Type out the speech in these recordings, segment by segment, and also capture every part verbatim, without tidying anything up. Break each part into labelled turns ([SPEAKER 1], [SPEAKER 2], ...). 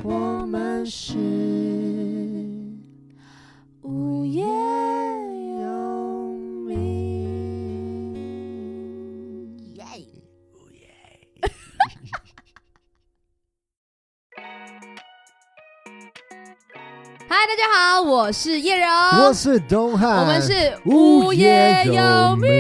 [SPEAKER 1] 我们是无业游民。耶！嗨，大家好，我是叶柔，
[SPEAKER 2] 我是东汉，
[SPEAKER 1] 我们是
[SPEAKER 2] 无业
[SPEAKER 1] 游
[SPEAKER 2] 游
[SPEAKER 1] 民。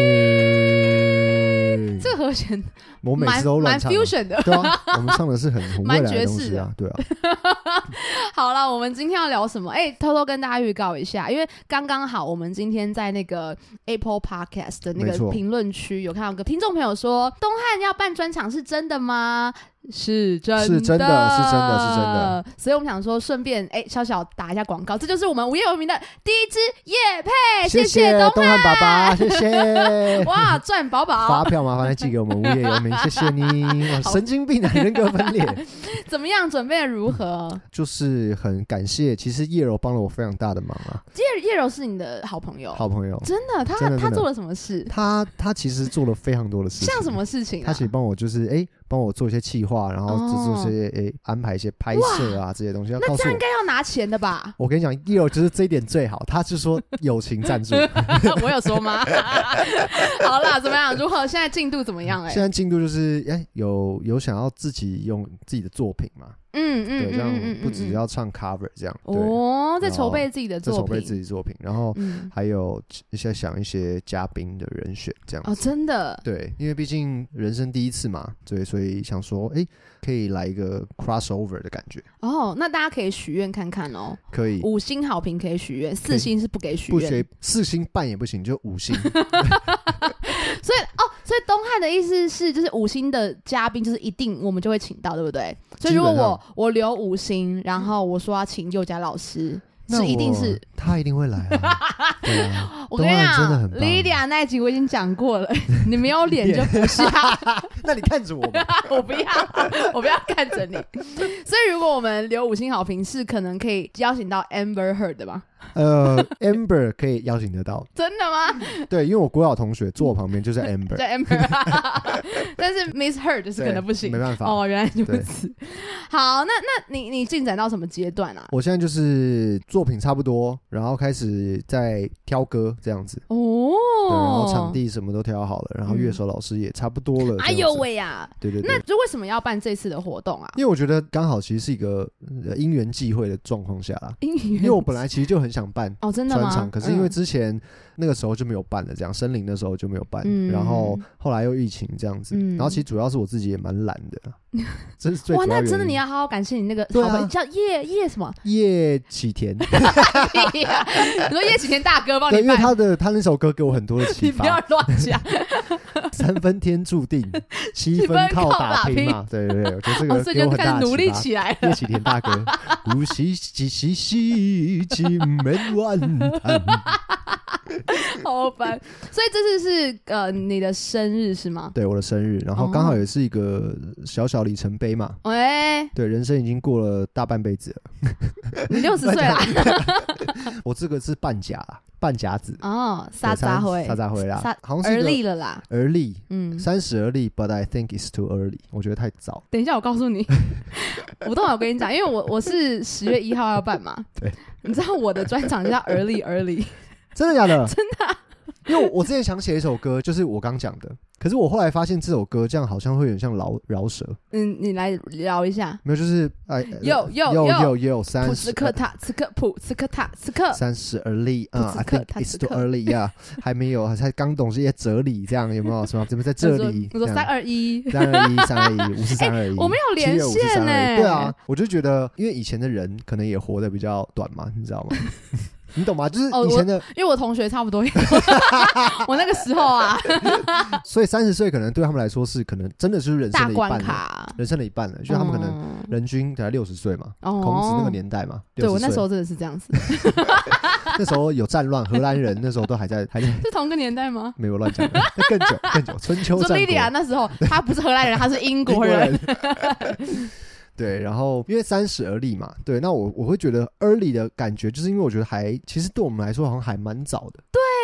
[SPEAKER 2] 民。
[SPEAKER 1] 这个和弦
[SPEAKER 2] 我每次都乱唱、啊，
[SPEAKER 1] 蛮 fusion 的，
[SPEAKER 2] 对啊，我们唱的是很很未来的东西啊，对啊。
[SPEAKER 1] 好了，我们今天要聊什么？哎、欸，偷偷跟大家预告一下，因为刚刚好，我们今天在那个 Apple Podcast 的那个评论区有看到一个听众朋友说，东汉要办专场是真的吗？是真的，
[SPEAKER 2] 是真的，是真的，是真的。
[SPEAKER 1] 所以我们想说，顺便哎，小小打一下广告，这就是我们无业游民的第一支业配，
[SPEAKER 2] 谢
[SPEAKER 1] 谢
[SPEAKER 2] 东
[SPEAKER 1] 东
[SPEAKER 2] 汉爸爸，谢谢。
[SPEAKER 1] 哇，赚饱饱，
[SPEAKER 2] 发票麻烦来寄给我们无业游民，谢谢你。哇，神经病啊，人格分裂。
[SPEAKER 1] 怎么样？准备的如何？
[SPEAKER 2] 就是很感谢，其实叶柔帮了我非常大的忙啊。
[SPEAKER 1] 叶叶柔是你的好朋友，
[SPEAKER 2] 好朋友，
[SPEAKER 1] 真的，他他做了什么事？
[SPEAKER 2] 他他其实做了非常多的事情，
[SPEAKER 1] 像什么事情、啊？
[SPEAKER 2] 他其实帮我就是哎。帮我做一些企划，然后做这些诶、哦、安排一些拍摄啊这些东西。要告诉我
[SPEAKER 1] 那这样应该要拿钱的吧？
[SPEAKER 2] 我跟你讲，叶柔就是这一点最好，他是说友情赞助。
[SPEAKER 1] 我有说吗？好啦，怎么样？如何？现在进度怎么样、欸？
[SPEAKER 2] 现在进度就是哎、欸，有有想要自己用自己的作品嘛？
[SPEAKER 1] 嗯嗯，
[SPEAKER 2] 对，这样不只要唱 cover 这样。
[SPEAKER 1] 哦，在筹备自己的作品，
[SPEAKER 2] 在筹备自己的作品，然后还有一些想一些嘉宾的人选这样子。
[SPEAKER 1] 哦，真的。
[SPEAKER 2] 对，因为毕竟人生第一次嘛，对，所以想说，哎、欸，可以来一个 crossover 的感觉。
[SPEAKER 1] 哦，那大家可以许愿看看哦。
[SPEAKER 2] 可以，
[SPEAKER 1] 五星好评可以许愿，四星是不给许愿。
[SPEAKER 2] 不许四星半也不行，就五星。
[SPEAKER 1] 所以哦，所以东汉的意思是，就是五星的嘉宾，就是一定我们就会请到，对不对？所以如果我我留五星，然后我说要请宥嘉老师，是一定是
[SPEAKER 2] 他一定会来啊。对啊，
[SPEAKER 1] 我跟你讲 ，Lydia 那一集我已经讲过了，你没有脸就不是他。
[SPEAKER 2] 那你看着我吧，
[SPEAKER 1] 我不要，我不要看着你。所以如果我们留五星好评，是可能可以邀请到 Amber Heard 的吗？
[SPEAKER 2] 呃 ，Amber 可以邀请得到，
[SPEAKER 1] 真的吗？
[SPEAKER 2] 对，因为我国小同学坐我旁边就是 Amber，
[SPEAKER 1] 对 Amber， 但是 Miss Heard 就是可能不行，
[SPEAKER 2] 没办法。
[SPEAKER 1] 哦，原来如此。好，那那你你进展到什么阶段啊？
[SPEAKER 2] 我现在就是作品差不多，然后开始在挑歌这样子。
[SPEAKER 1] 哦，
[SPEAKER 2] 对，然后场地什么都挑好了，然后乐手老师也差不多了。
[SPEAKER 1] 哎呦喂呀！
[SPEAKER 2] 对对对。
[SPEAKER 1] 那就为什么要办这次的活动啊？
[SPEAKER 2] 因为我觉得刚好其实是一个因缘际会的状况下啦。因缘，因为我本来其实就很想办
[SPEAKER 1] 哦，真的吗？
[SPEAKER 2] 专场，可是因为之前那个时候就没有办了，这样森林的时候就没有办，嗯、然后后来又疫情这样子，嗯、然后其实主要是我自己也蛮懒的。这是最主要原因。哇，
[SPEAKER 1] 那真的你要好好感谢你那个好朋友、啊、叫叶叶什么？
[SPEAKER 2] 叶启田。你
[SPEAKER 1] 说叶启田大哥帮你办？
[SPEAKER 2] 对，因为他的他那首歌给我很多的启发。
[SPEAKER 1] 你不要乱讲。
[SPEAKER 2] 三分天注定，七分靠打拼嘛。对对对，我觉得这个给我很大的启发。
[SPEAKER 1] 哦、努力起来了。
[SPEAKER 2] 叶启田大哥，无锡几西西金门万滩。
[SPEAKER 1] 好烦，所以这次是呃你的生日是吗？
[SPEAKER 2] 对，我的生日，然后刚好也是一个小小里程碑嘛。
[SPEAKER 1] 喂、哦，
[SPEAKER 2] 对，人生已经过了大半辈子了。
[SPEAKER 1] 你六十岁啦？
[SPEAKER 2] 我这个是半甲啦，半甲子
[SPEAKER 1] 哦，撒撒灰，
[SPEAKER 2] 撒撒灰啦，好像是
[SPEAKER 1] 而立了啦，
[SPEAKER 2] 而立，嗯，三十而立 ，but I think it's too early， 我觉得太早。
[SPEAKER 1] 等一下，我告诉你，我都有跟你讲，因为我我是十月一号要办嘛，
[SPEAKER 2] 对，
[SPEAKER 1] 你知道我的专场叫而立而立。
[SPEAKER 2] 真的假的？
[SPEAKER 1] 真的、啊，
[SPEAKER 2] 因为我之前想写一首歌，就是我刚讲的，可是我后来发现这首歌这样好像会有点像饶饶舌。
[SPEAKER 1] 嗯，你来聊一下。
[SPEAKER 2] 没有，就是哎，
[SPEAKER 1] 有有
[SPEAKER 2] 有有有三十，
[SPEAKER 1] 此刻他，此刻普，此刻他，此刻
[SPEAKER 2] 三十而立啊 ！I think it's too early 呀，还没有，才刚懂这些哲理，这样有没有什么？怎么在这里？
[SPEAKER 1] 我说三二一，
[SPEAKER 2] 三二一，三二一，五四三二一，
[SPEAKER 1] 我们有连线呢。
[SPEAKER 2] 对啊，我就觉得，因为以前的人可能也活得比较短嘛，你知道吗？你懂吗？就是以前的，
[SPEAKER 1] 哦、因为我同学差不多，我那个时候啊，
[SPEAKER 2] 所以三十岁可能对他们来说是可能真的是人生的一半了，
[SPEAKER 1] 大关卡
[SPEAKER 2] 人生的一半了，就是他们可能人均大概六十岁嘛，
[SPEAKER 1] 哦、
[SPEAKER 2] 孔子那个年代嘛，
[SPEAKER 1] 对我那时候真的是这样子，
[SPEAKER 2] 那时候有战乱，荷兰人那时候都还在还在，
[SPEAKER 1] 是同个年代吗？
[SPEAKER 2] 没有乱讲，那更久更久，春秋战国。
[SPEAKER 1] 说莉莉亚那时候他不是荷兰人，他是英国人。
[SPEAKER 2] 对，然后因为三十而立嘛，对，那我我会觉得 early 的感觉，就是因为我觉得还其实对我们来说好像还蛮早的。
[SPEAKER 1] 对啊，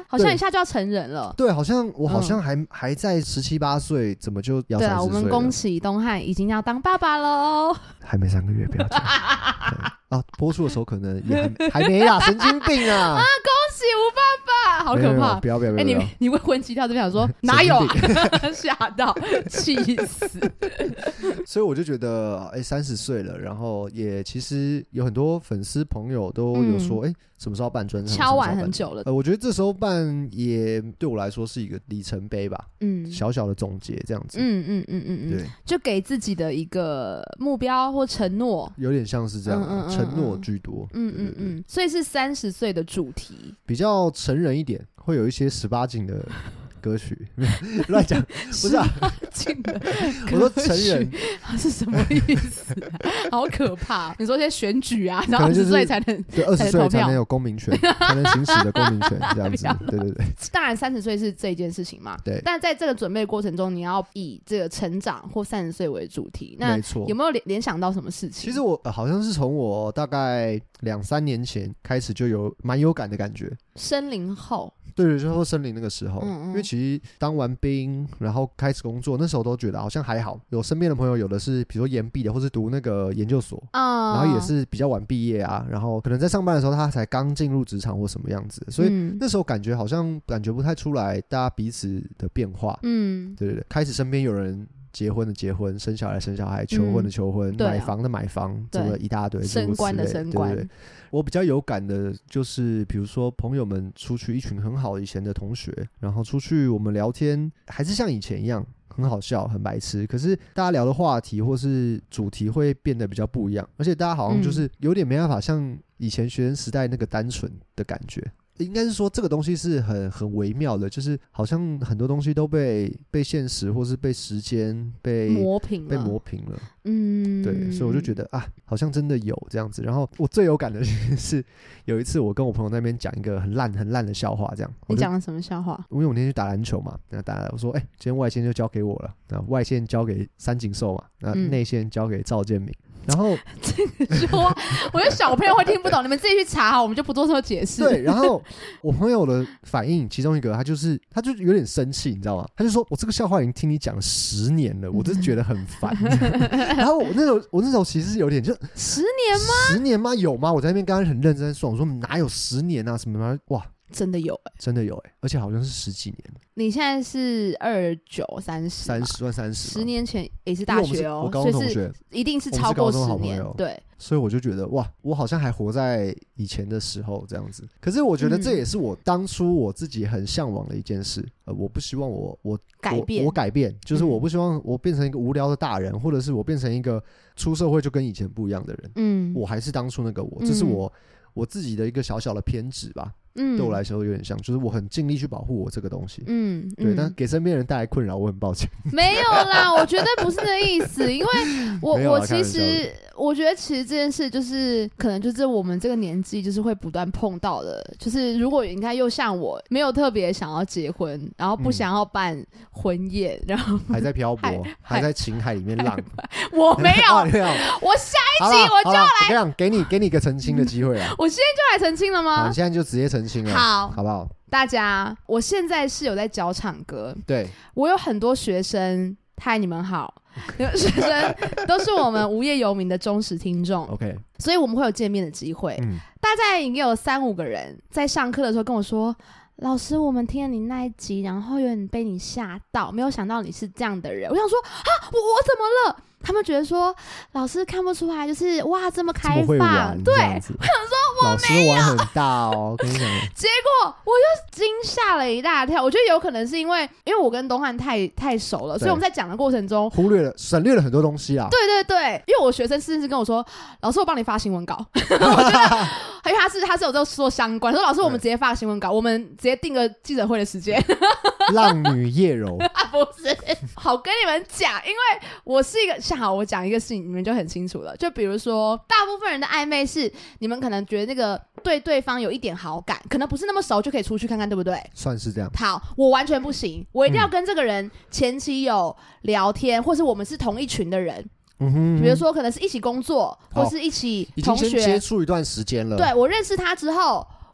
[SPEAKER 1] 好像一下就要成人了。
[SPEAKER 2] 对，好像我好像还、嗯、还在十七八岁，怎么就要三十岁了？对啊，
[SPEAKER 1] 我们恭喜东汉已经要当爸爸喽。
[SPEAKER 2] 还没三个月，不要讲啊！播出的时候可能也还还没啦，神经病啊！
[SPEAKER 1] 啊，恭喜吴爸爸，好可怕！
[SPEAKER 2] 不要不要不要！
[SPEAKER 1] 哎、欸，你你未婚妻到这边想说哪有啊？吓到，气死！
[SPEAKER 2] 所以我就觉得，哎、欸，三十岁了，然后也其实有很多粉丝朋友都有说，哎、嗯欸，什么时候办专场？
[SPEAKER 1] 敲完很久了。
[SPEAKER 2] 呃，我觉得这时候办也对我来说是一个里程碑吧，嗯，小小的总结这样子。嗯嗯嗯嗯嗯，对，
[SPEAKER 1] 就给自己的一个目标或承诺，
[SPEAKER 2] 有点像是这样，嗯嗯嗯嗯承诺居多。嗯嗯
[SPEAKER 1] 嗯，所以是三十岁的主题，
[SPEAKER 2] 比较成人一点，会有一些十八禁的歌曲，乱讲，不是啊，我说成人
[SPEAKER 1] 是什么意思、啊？好可怕！你说一些选举啊，然后二十岁才能
[SPEAKER 2] 对二十岁才能有公民权，才能行使的公民权，这样子。对对对，
[SPEAKER 1] 当然三十岁是这一件事情嘛，
[SPEAKER 2] 对。
[SPEAKER 1] 但在这个准备过程中，你要以这个成长或三十岁为主题，那
[SPEAKER 2] 没错。
[SPEAKER 1] 有没有联联想到什么事情？
[SPEAKER 2] 其实我、呃、好像是从我大概两三年前开始就有蛮有感的感觉，
[SPEAKER 1] 生龄后。
[SPEAKER 2] 对对，就是说森林那个时候、嗯嗯，因为其实当完兵，然后开始工作，那时候都觉得好像还好。有身边的朋友，有的是比如说研毕的，或是读那个研究所、嗯，然后也是比较晚毕业啊，然后可能在上班的时候他才刚进入职场或什么样子，所以那时候感觉好像感觉不太出来大家彼此的变化。嗯，对对对，开始身边有人。结婚的结婚，生小孩的生小孩，求婚的求婚，嗯啊、买房的买房，这么一大堆，
[SPEAKER 1] 升官的升官。
[SPEAKER 2] 对对对，我比较有感的就是，比如说朋友们出去，一群很好以前的同学，然后出去我们聊天，还是像以前一样很好笑，很白痴。可是大家聊的话题或是主题会变得比较不一样，而且大家好像就是有点没办法像以前学生时代那个单纯的感觉。应该是说这个东西是很很微妙的，就是好像很多东西都被被现实或是被时间被
[SPEAKER 1] 磨平了，
[SPEAKER 2] 被磨平了。嗯，对，所以我就觉得啊，好像真的有这样子。然后我最有感的是有一次我跟我朋友那边讲一个很烂很烂的笑话，这样。
[SPEAKER 1] 你讲了什么笑话？
[SPEAKER 2] 因为我那天去打篮球嘛，那打我说，哎、欸，今天外线就交给我了，那外线交给三井寿嘛，那内线交给赵建铭。然后
[SPEAKER 1] 这个说，我觉得小朋友会听不懂，你们自己去查好，我们就不做这个解释。
[SPEAKER 2] 对，然后我朋友的反应，其中一个他就是他就有点生气，你知道吗？他就说：“我这个笑话已经听你讲了十年了，我真是觉得很烦。”然后我那时候我那时候其实有点就
[SPEAKER 1] 十年吗？
[SPEAKER 2] 十年吗？有吗？我在那边刚刚很认真说，我说哪有十年啊？什么吗？哇！
[SPEAKER 1] 真的有、欸、
[SPEAKER 2] 真的有哎、欸，而且好像是十几年。
[SPEAKER 1] 你现在是二九三十，
[SPEAKER 2] 三十万三十，
[SPEAKER 1] 十年前也是大学哦、喔，
[SPEAKER 2] 我高中同学
[SPEAKER 1] 一定是超过十年。对，
[SPEAKER 2] 所以我就觉得哇，我好像还活在以前的时候这样子。可是我觉得这也是我当初我自己很向往的一件事。呃，我不希望我我
[SPEAKER 1] 改变我，
[SPEAKER 2] 我改变，就是我不希望我变成一个无聊的大人，嗯、或者是我变成一个出社会就跟以前不一样的人。嗯，我还是当初那个我，这是我、嗯、我自己的一个小小的偏执吧。嗯，对我来说有点像，就是我很尽力去保护我这个东西。嗯，对，嗯、但给身边人带来困扰，我很抱歉。
[SPEAKER 1] 没有啦，我觉得不是这个意思，因为我我其实我觉得其实这件事就是可能就是我们这个年纪就是会不断碰到的，就是如果你看又像我没有特别想要结婚，然后不想要办婚宴，嗯、然后
[SPEAKER 2] 还在漂泊，还, 还在情海里面浪。
[SPEAKER 1] 我没有，
[SPEAKER 2] 啊、没有，
[SPEAKER 1] 我下一集我就来。
[SPEAKER 2] 我跟你讲，给你给你一个澄清的机会啦。
[SPEAKER 1] 我现在就来澄清了吗？
[SPEAKER 2] 你现在就直接澄清了，
[SPEAKER 1] 好，
[SPEAKER 2] 好不好？
[SPEAKER 1] 大家，我现在是有在教唱歌，
[SPEAKER 2] 对，我
[SPEAKER 1] 有很多学生，嗨，你们好，学生都是我们无业游民的忠实听众
[SPEAKER 2] ，OK，
[SPEAKER 1] 所以我们会有见面的机会。嗯，大概应该有三五个人在上课的时候跟我说。老师，我们听了你那一集，然后有点被你吓到，没有想到你是这样的人。我想说啊，我我怎么了？他们觉得说老师看不出来，就是哇这么开放，对。我想说我
[SPEAKER 2] 老师玩很大哦，跟你讲。
[SPEAKER 1] 结果我又惊吓了一大跳。我觉得有可能是因为，因为我跟东汉太太熟了，所以我们在讲的过程中
[SPEAKER 2] 忽略了、省略了很多东西啊。
[SPEAKER 1] 对对对，因为我学生甚至跟我说，老师我帮你发新闻稿。我觉得，因为他是他是有这说相关，说老师我们直接发新闻稿，我们直接定个记者会的时间。
[SPEAKER 2] 浪女叶柔
[SPEAKER 1] 啊，不是，好跟你们讲，因为我是一个。好，我讲一个事情，你们就很清楚了。就比如说，大部分人的暧昧是你们可能觉得那个对对方有一点好感，可能不是那么熟就可以出去看看，对不对？
[SPEAKER 2] 算是这样。
[SPEAKER 1] 好，我完全不行，我一定要跟这个人前期有聊天，嗯、或是我们是同一群的人。嗯哼嗯哼，比如说可能是一起工作，或是一起同学，
[SPEAKER 2] 已经先接触一段时间了。
[SPEAKER 1] 对，我认识他之后。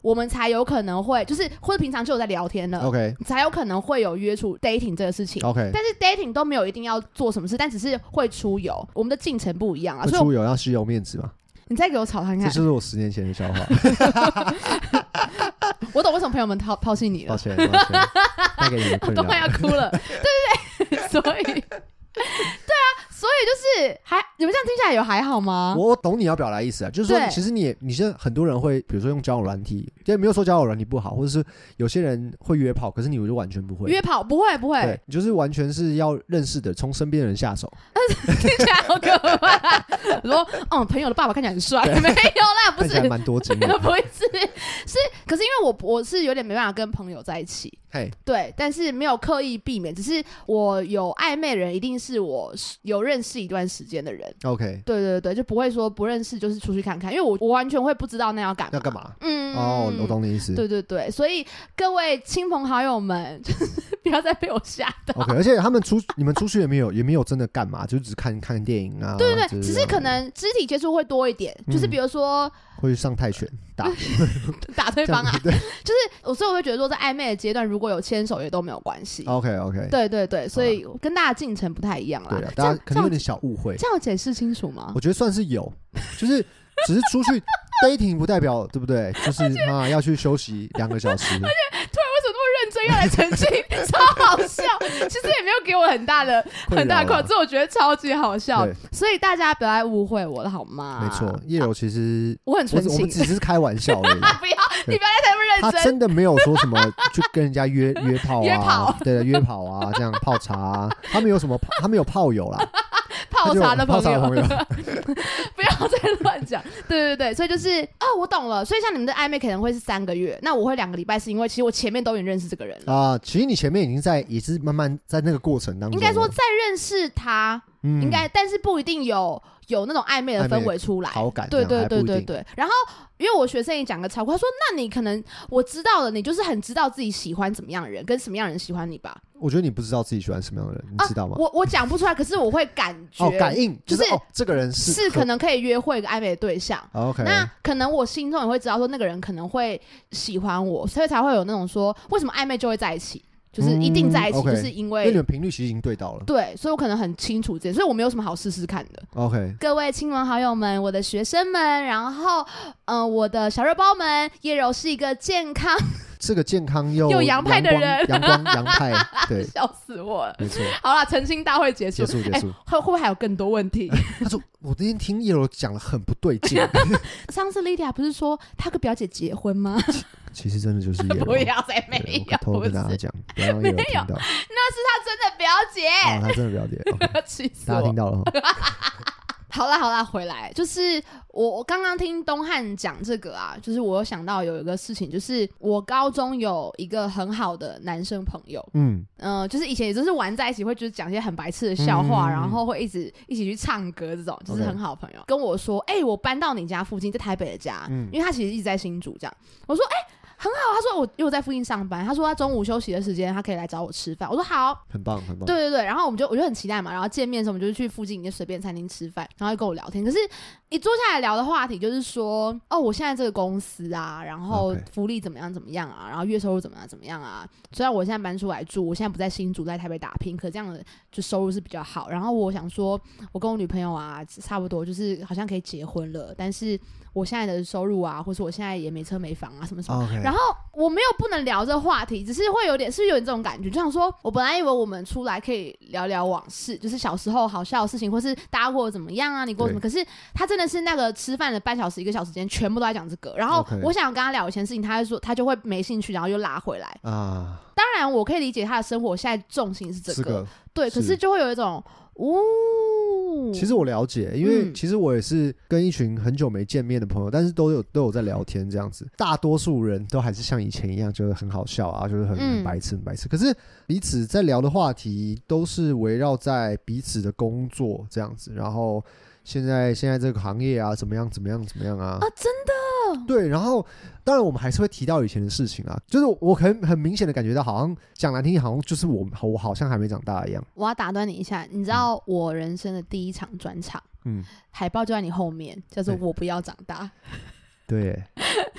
[SPEAKER 1] 我们才有可能会就是或者平常就有在聊天了
[SPEAKER 2] OK
[SPEAKER 1] 才有可能会有约出 dating 这个事情
[SPEAKER 2] OK
[SPEAKER 1] 但是 dating 都没有一定要做什么事，但只是会出游，我们的进程不一样啊。
[SPEAKER 2] 会出游要吸油面子嘛？
[SPEAKER 1] 你再给我吵看看，
[SPEAKER 2] 这就是我十年前的笑话。
[SPEAKER 1] 我懂为什么朋友们抛抛弃你了，抱
[SPEAKER 2] 歉抱歉，带给你们困扰，
[SPEAKER 1] 我都快要哭了，对不对？所以，对啊，所以就是还你们这样听起来有还好吗？
[SPEAKER 2] 我懂你要表达的意思啊，就是说其实你也你现在很多人会，比如说用交友软体，就没有说交友软体不好，或者是有些人会约炮，可是你就完全不会
[SPEAKER 1] 约炮，不会不会，
[SPEAKER 2] 对，你就是完全是要认识的，从身边的人下手。
[SPEAKER 1] 听起来好可怕。我说，嗯，朋友的爸爸看起来很帅，没有啦，不是，看
[SPEAKER 2] 起来蛮多金的，
[SPEAKER 1] 不是，是，可是因为我我是有点没办法跟朋友在一起。
[SPEAKER 2] Hey.
[SPEAKER 1] 对，但是没有刻意避免，只是我有暧昧的人一定是我有认识一段时间的人
[SPEAKER 2] OK
[SPEAKER 1] 对对对，就不会说不认识就是出去看看，因为我我完全会不知道那要干嘛
[SPEAKER 2] 要干嘛
[SPEAKER 1] 嗯
[SPEAKER 2] 哦我懂你意思
[SPEAKER 1] 对对对，所以各位亲朋好友们就是不要再被我吓到
[SPEAKER 2] OK 而且他们出你们出去也没有也没有真的干嘛，就只看看电影啊，
[SPEAKER 1] 对对对，只是可能肢体接触会多一点、嗯、就是比如说
[SPEAKER 2] 会上泰拳打
[SPEAKER 1] 打对方啊，就是所以我会觉得说在暧昧的阶段如果有牵手也都没有关系
[SPEAKER 2] OK OK
[SPEAKER 1] 对对对，所以跟大家进程不太一样啦，
[SPEAKER 2] 对啊，大家可能有点小误会，
[SPEAKER 1] 这样有解释清楚吗？
[SPEAKER 2] 我觉得算是有，就是只是出去 dating 不代表对不对，就是啊要去休息两个小时，而且突
[SPEAKER 1] 然为什么那么认真要来澄清超好笑，其实也没有给我很大的很大的困扰，这我觉得超级好笑，所以大家不要误会我了好吗？
[SPEAKER 2] 没错，叶柔其实
[SPEAKER 1] 我很纯情，
[SPEAKER 2] 我们只是开玩笑而已
[SPEAKER 1] 不要你不要再那么认真，
[SPEAKER 2] 他真的没有说什么去跟人家约约炮啊，
[SPEAKER 1] 约跑
[SPEAKER 2] 对约跑啊，这样泡茶啊，他没有什么他没有炮友啦，
[SPEAKER 1] 泡茶的朋友，
[SPEAKER 2] 朋友
[SPEAKER 1] 不要再乱讲。对对对，所以就是哦，我懂了。所以像你们的暧昧可能会是三个月，那我会两个礼拜，是因为其实我前面都已经认识这个人了
[SPEAKER 2] 啊、呃。其实你前面已经在，也是慢慢在那个过程当中，
[SPEAKER 1] 应该说在认识他，嗯、应该，但是不一定有有那种暧昧的氛围出来，
[SPEAKER 2] 好感，
[SPEAKER 1] 对对对对对。然后因为我学生也讲个超过，他说：“那你可能我知道了，你就是很知道自己喜欢怎么样的人，跟什么样的人喜欢你吧？”
[SPEAKER 2] 我觉得你不知道自己喜欢什么样的人，你知道吗？
[SPEAKER 1] 啊、我我讲不出来，可是我会感觉，
[SPEAKER 2] 哦，感应，
[SPEAKER 1] 就是、
[SPEAKER 2] 就是、哦，这个人是
[SPEAKER 1] 是可能可以约会一个暧昧的对象。
[SPEAKER 2] OK，
[SPEAKER 1] 那可能我心中也会知道说，那个人可能会喜欢我，所以才会有那种说，为什么暧昧就会在一起？就是一定在一起，嗯 okay, 就是因为
[SPEAKER 2] 因为你们频率其实已经对到了，
[SPEAKER 1] 对，所以我可能很清楚这点，所以我没有什么好试试看的。
[SPEAKER 2] OK，
[SPEAKER 1] 各位亲朋好友们，我的学生们，然后呃，我的小热包们，叶柔是一个健康，
[SPEAKER 2] 是个健康又
[SPEAKER 1] 又洋派的人，
[SPEAKER 2] 阳光洋派，对，
[SPEAKER 1] 笑死我了，
[SPEAKER 2] 没错。
[SPEAKER 1] 好啦，澄清大会结束，
[SPEAKER 2] 结束结束，
[SPEAKER 1] 欸、会会不会还有更多问题？
[SPEAKER 2] 他说我那天听叶柔讲了很不对劲，
[SPEAKER 1] 上次 Lydia 不是说她跟表姐结婚吗？
[SPEAKER 2] 其实真的就是叶柔，
[SPEAKER 1] 不要再没有，
[SPEAKER 2] 偷跟大家讲，不要让叶柔听到，
[SPEAKER 1] 那是她真的表姐，
[SPEAKER 2] 啊，她真的表姐， okay,
[SPEAKER 1] 气死
[SPEAKER 2] 大家听到了。
[SPEAKER 1] 好啦好啦，回来就是我我刚刚听东汉讲这个啊，就是我有想到有一个事情，就是我高中有一个很好的男生朋友，嗯呃，就是以前也就是玩在一起，会就是讲一些很白痴的笑话，嗯、然后会一直一起去唱歌这种，就是很好的朋友。Okay. 跟我说，哎、欸，我搬到你家附近，在台北的家，嗯、因为他其实一直在新竹这样。我说，哎、欸。很好，他说我因为我在附近上班，他说他中午休息的时间他可以来找我吃饭，我说好，
[SPEAKER 2] 很棒很棒，
[SPEAKER 1] 对对对，然后我们就我就很期待嘛，然后见面的时候我们就去附近就随便餐厅吃饭，然后就跟我聊天，可是一坐下来聊的话题就是说，哦，我现在这个公司啊，然后福利怎么样怎么样啊，然后月收入怎么样怎么样啊，虽然我现在搬出来住，我现在不在新竹，在台北打拼，可这样的就收入是比较好，然后我想说我跟我女朋友啊差不多就是好像可以结婚了，但是我现在的收入啊，或是我现在也没车没房啊什么什么、okay. 然后我没有不能聊这个话题，只是会有点是不是有点这种感觉，就想说我本来以为我们出来可以聊聊往事，就是小时候好笑的事情，或是大家过得怎么样啊，你过得怎么，可是他真的是那个吃饭的半小时一个小时间全部都在讲这个，然后我想跟他聊以前事情，他就说他就会没兴趣，然后又拉回来啊。当然我可以理解他的生活现在重心是这个，是个对，可是就会有一种哦，
[SPEAKER 2] 其实我了解，因为其实我也是跟一群很久没见面的朋友，但是都有都有在聊天这样子。大多数人都还是像以前一样，就是很好笑啊，就是很很白痴很白痴。可是彼此在聊的话题都是围绕在彼此的工作这样子，然后现在现在这个行业啊，怎么样怎么样怎么样啊？
[SPEAKER 1] 啊，真的。
[SPEAKER 2] 对，然后当然我们还是会提到以前的事情啊，就是我很很明显的感觉到，好像讲难听，好像就是我我好像还没长大一样。
[SPEAKER 1] 我要打断你一下，你知道我人生的第一场专场，嗯，海报就在你后面，叫做《我不要长大》。
[SPEAKER 2] 对，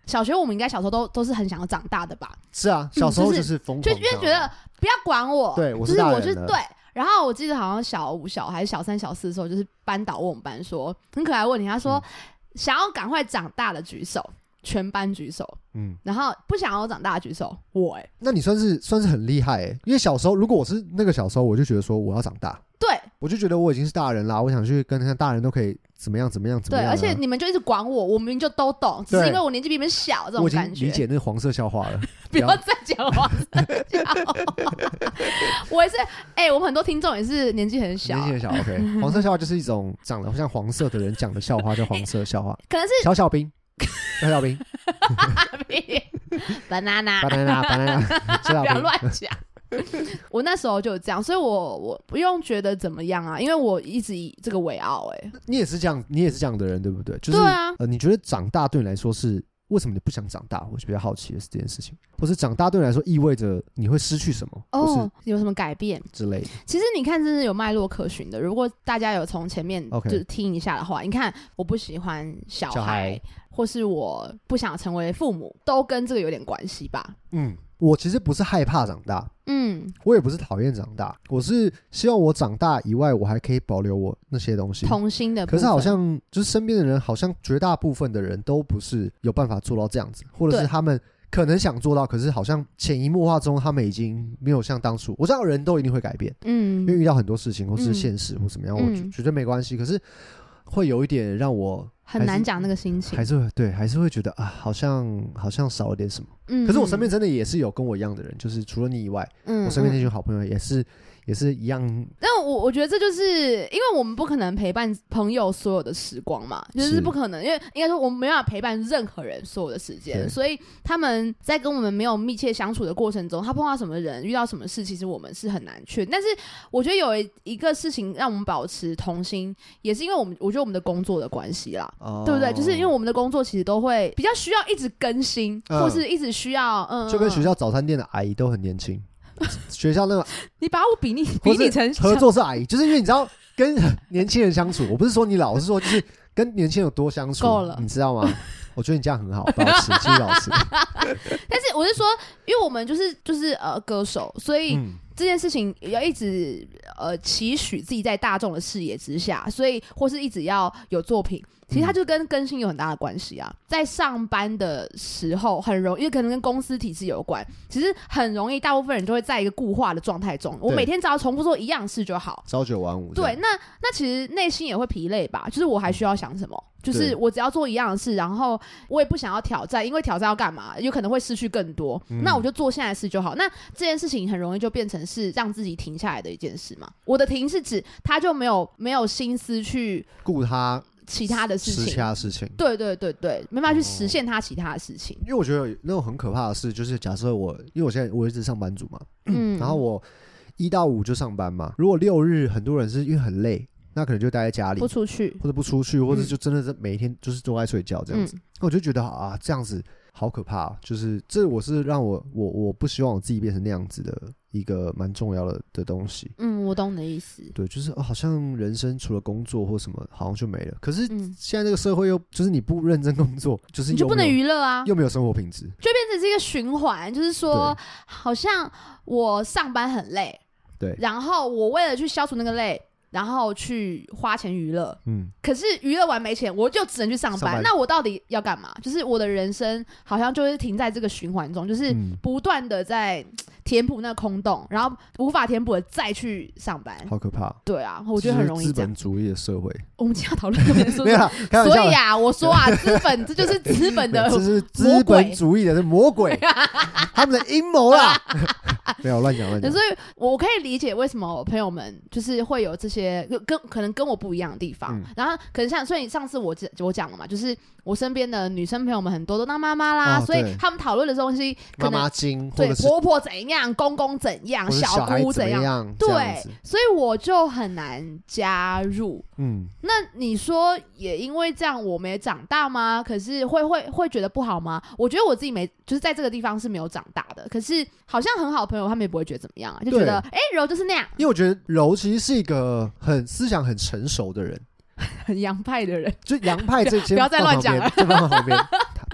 [SPEAKER 1] 小学我们应该小时候都都是很想要长大的吧？
[SPEAKER 2] 是啊，小时候就是疯狂、嗯就是，
[SPEAKER 1] 就因为觉得不要管我，
[SPEAKER 2] 对，我是大人了，
[SPEAKER 1] 就是我就对。然后我记得好像小五、小还是小三、小四的时候，就是班导问我们班说，很可爱问题，他说、嗯、想要赶快长大的举手，全班举手，嗯，然后不想要长大的举手，我哎、欸，
[SPEAKER 2] 那你算是算是很厉害哎、欸，因为小时候如果我是那个小时候，我就觉得说我要长大，
[SPEAKER 1] 对，
[SPEAKER 2] 我就觉得我已经是大人啦，我想去跟那大人都可以怎么样怎么样怎么样、啊，
[SPEAKER 1] 对，而且你们就一直管我，我明明就都懂，只是因为我年纪比你们小，这种感觉。
[SPEAKER 2] 我已经理解那个黄色笑话了，
[SPEAKER 1] 不要再讲黄色笑话。我也是，哎、欸，我们很多听众也是年纪很小，
[SPEAKER 2] 年纪很小 ，OK。黄色笑话就是一种长得像黄色的人讲的笑话，叫黄色笑话，
[SPEAKER 1] 可能是
[SPEAKER 2] 小小兵。小小兵
[SPEAKER 1] ，banana
[SPEAKER 2] banana banana，
[SPEAKER 1] 不要乱讲。我那时候就这样，所以我我不用觉得怎么样啊，因为我一直以这个为傲。哎，
[SPEAKER 2] 你也是这样，你也是这样的人，对不对？就是
[SPEAKER 1] 对啊。
[SPEAKER 2] 呃，你觉得长大对你来说是为什么你不想长大？我就比较好奇的是这件事情，或是长大对你来说意味着你会失去什么？
[SPEAKER 1] 哦，有什么改变
[SPEAKER 2] 之类的？
[SPEAKER 1] 其实你看，这是有脉络可循的。如果大家有从前面就听一下的话， okay. 你看，我不喜欢小孩，小孩或是我不想成为父母，都跟这个有点关系吧？嗯。
[SPEAKER 2] 我其实不是害怕长大，嗯，我也不是讨厌长大，我是希望我长大以外，我还可以保留我那些东西，
[SPEAKER 1] 童心的部分。
[SPEAKER 2] 可是好像就是身边的人，好像绝大部分的人都不是有办法做到这样子，或者是他们可能想做到，可是好像潜移默化中，他们已经没有像当初。我知道人都一定会改变，嗯，因为遇到很多事情或是现实或怎么样，嗯、我绝对没关系。可是会有一点让我
[SPEAKER 1] 很难讲那个心情，
[SPEAKER 2] 还是会对，还是会觉得啊，好像好像少了点什么。嗯，可是我身边真的也是有跟我一样的人，就是除了你以外，嗯，我身边那群好朋友也是。也是一样，
[SPEAKER 1] 但我我觉得这就是因为我们不可能陪伴朋友所有的时光嘛，就是不可能，因为应该说我们没办法陪伴任何人所有的时间，所以他们在跟我们没有密切相处的过程中，他碰到什么人，遇到什么事，其实我们是很难确定。但是我觉得有一个事情让我们保持童心，也是因为我们我觉得我们的工作的关系啦，哦、对不对？就是因为我们的工作其实都会比较需要一直更新，嗯、或是一直需要嗯，
[SPEAKER 2] 就跟学校早餐店的阿姨都很年轻。学校那个，
[SPEAKER 1] 你把我比拟比拟成
[SPEAKER 2] 合作社阿姨，就是因为你知道跟年轻人相处，我不是说你老，我是说就是跟年轻人有多相处，够了，你知道吗？我觉得你这样很好，保持继续保持。
[SPEAKER 1] 但是我是说，因为我们就是就是呃歌手，所以这件事情要一直呃期许自己在大众的视野之下，所以或是一直要有作品。其实它就跟更新有很大的关系啊，在上班的时候很容易，因为可能跟公司体制有关，其实很容易大部分人就会在一个固化的状态中，我每天只要重复做一样事就好，
[SPEAKER 2] 朝九晚五。
[SPEAKER 1] 对，那那其实内心也会疲累吧，就是我还需要想什么，就是我只要做一样的事，然后我也不想要挑战，因为挑战要干嘛，有可能会失去更多，嗯、那我就做现在的事就好。那这件事情很容易就变成是让自己停下来的一件事嘛。我的停是指他就没有没有心思去
[SPEAKER 2] 顾他
[SPEAKER 1] 其他的事情，
[SPEAKER 2] 其他的事情，
[SPEAKER 1] 对对对对，没办法去实现他其他的事情。
[SPEAKER 2] 因为我觉得有那种很可怕的事，就是假设我，因为我现在我一直上班族嘛，嗯，然后我一到五就上班嘛，如果六日很多人是因为很累，那可能就待在家里，
[SPEAKER 1] 不出去，
[SPEAKER 2] 或者不出去，或者就真的是每天就是都在睡觉这样子。那、嗯、我就觉得啊，这样子好可怕、啊，就是这我是让我我我不希望我自己变成那样子的一个蛮重要的的东西。
[SPEAKER 1] 嗯，我懂你的意思。
[SPEAKER 2] 对，就是、哦、好像人生除了工作或什么，好像就没了。可是现在这个社会又就是你不认真工作，就是
[SPEAKER 1] 你就不能娱乐啊，
[SPEAKER 2] 又没有生活品质，
[SPEAKER 1] 就变成是一个循环。就是说，好像我上班很累，
[SPEAKER 2] 对，
[SPEAKER 1] 然后我为了去消除那个累。然后去花钱娱乐，嗯，可是娱乐完没钱，我就只能去上班。上班那我到底要干嘛？就是我的人生好像就是停在这个循环中，就是不断的在填补那个空洞，然后无法填补的再去上班。
[SPEAKER 2] 好可怕！
[SPEAKER 1] 对啊，我觉得很容易这样。
[SPEAKER 2] 资本主义的社会，
[SPEAKER 1] 我们今天要讨论这个
[SPEAKER 2] 没有啦，
[SPEAKER 1] 所以啊，我说啊，资本这就是资本的，
[SPEAKER 2] 这是资本主义的是魔鬼，他们的阴谋啦。没有乱讲乱讲，
[SPEAKER 1] 所以我可以理解为什么我朋友们就是会有这些跟可能跟我不一样的地方，嗯、然后可能像所以上次我我讲了嘛，就是我身边的女生朋友们很多都当妈妈啦，哦、所以他们讨论的东西可能
[SPEAKER 2] 妈妈经，
[SPEAKER 1] 对婆婆怎样，公公怎样，小姑怎样，
[SPEAKER 2] 样
[SPEAKER 1] 对，所以我就很难加入。嗯，那你说也因为这样我没长大吗？可是会会会觉得不好吗？我觉得我自己没就是在这个地方是没有长大的，可是好像很好的朋友他们也不会觉得怎么样啊，就觉得哎、欸、柔就是那样。
[SPEAKER 2] 因为我觉得柔其实是一个很思想很成熟的人，
[SPEAKER 1] 很洋派的人，
[SPEAKER 2] 就洋派这些
[SPEAKER 1] 不要再乱讲了，
[SPEAKER 2] 就放旁边。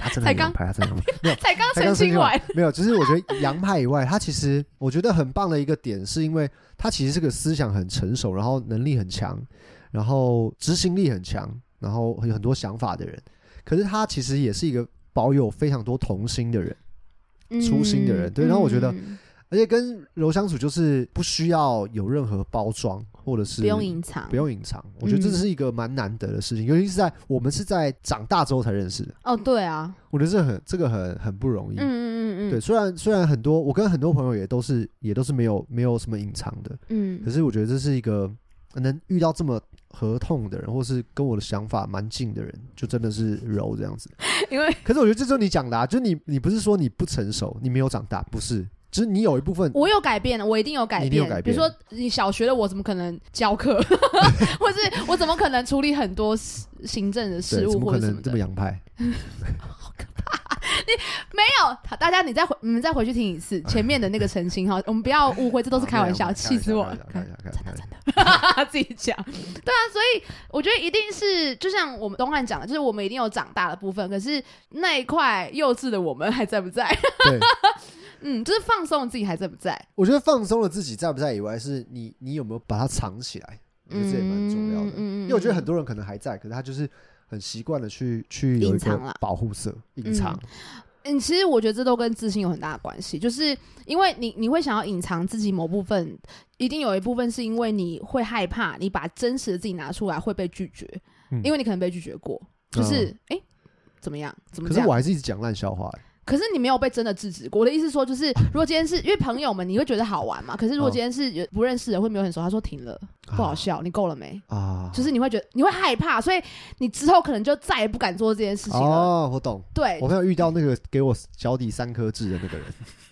[SPEAKER 2] 他真的很洋派，他真的很洋派，没有
[SPEAKER 1] 才刚澄清完，
[SPEAKER 2] 没有，就是我觉得洋派以外，他其实我觉得很棒的一个点，是因为他其实是个思想很成熟，然后能力很强，然后执行力很强，然后有很多想法的人。可是他其实也是一个保有非常多童心的人，嗯、初心的人。对，然后我觉得。嗯而且跟柔相处就是不需要有任何包装，或者是
[SPEAKER 1] 不用隐藏，
[SPEAKER 2] 不用隐藏。我觉得这是一个蛮难得的事情，嗯、尤其是在我们是在长大之后才认识的。
[SPEAKER 1] 哦，对啊，
[SPEAKER 2] 我觉得这很这个很很不容易。
[SPEAKER 1] 嗯嗯嗯嗯。
[SPEAKER 2] 对，虽然虽然很多我跟很多朋友也都是也都是没有没有什么隐藏的，嗯，可是我觉得这是一个能遇到这么合痛的人，或是跟我的想法蛮近的人，就真的是柔这样子。
[SPEAKER 1] 因为，
[SPEAKER 2] 可是我觉得这就是你讲的啊，就是你你不是说你不成熟，你没有长大，不是。就是你有一部分，
[SPEAKER 1] 我有改变了，我一定有改变。
[SPEAKER 2] 一定有改变。
[SPEAKER 1] 比如说，你小学的我怎么可能教课，或是我怎么可能处理很多行政的事务，或者什么的？怎么可能
[SPEAKER 2] 这么洋派？
[SPEAKER 1] 好可怕！你没有，大家你再回你们再回去听一次前面的那个澄清哈，我们不要误会，这都是开玩笑，气死我了！真的真的，自己讲。对啊，所以我觉得一定是，就像我们东汉讲的，就是我们一定有长大的部分，可是那一块幼稚的我们还在不在？
[SPEAKER 2] 对。
[SPEAKER 1] 嗯，就是放松了自己还在不在？我
[SPEAKER 2] 觉得放松了自己在不在以外，是你你有没有把它藏起来？我觉得这也蛮重要的。嗯、因为我觉得很多人可能还在，可是他就是很习惯的去去有一个保护色，隐藏。
[SPEAKER 1] 嗯，其实我觉得这都跟自信有很大的关系，就是因为你你会想要隐藏自己某部分，一定有一部分是因为你会害怕你把真实的自己拿出来会被拒绝，嗯、因为你可能被拒绝过，就是哎、嗯欸、怎么样怎么样？
[SPEAKER 2] 可是我还是一直讲烂笑话、欸。
[SPEAKER 1] 可是你没有被真的制止过。我的意思说，就是如果今天是因为朋友们，你会觉得好玩嘛？可是如果今天是不认识的，会没有很熟，他说停了，不好笑，啊、你够了没？啊，就是你会觉得你会害怕，所以你之后可能就再也不敢做这件事情了。
[SPEAKER 2] 哦，我懂。
[SPEAKER 1] 对，
[SPEAKER 2] 我没有遇到那个给我脚底三颗痣的那个人。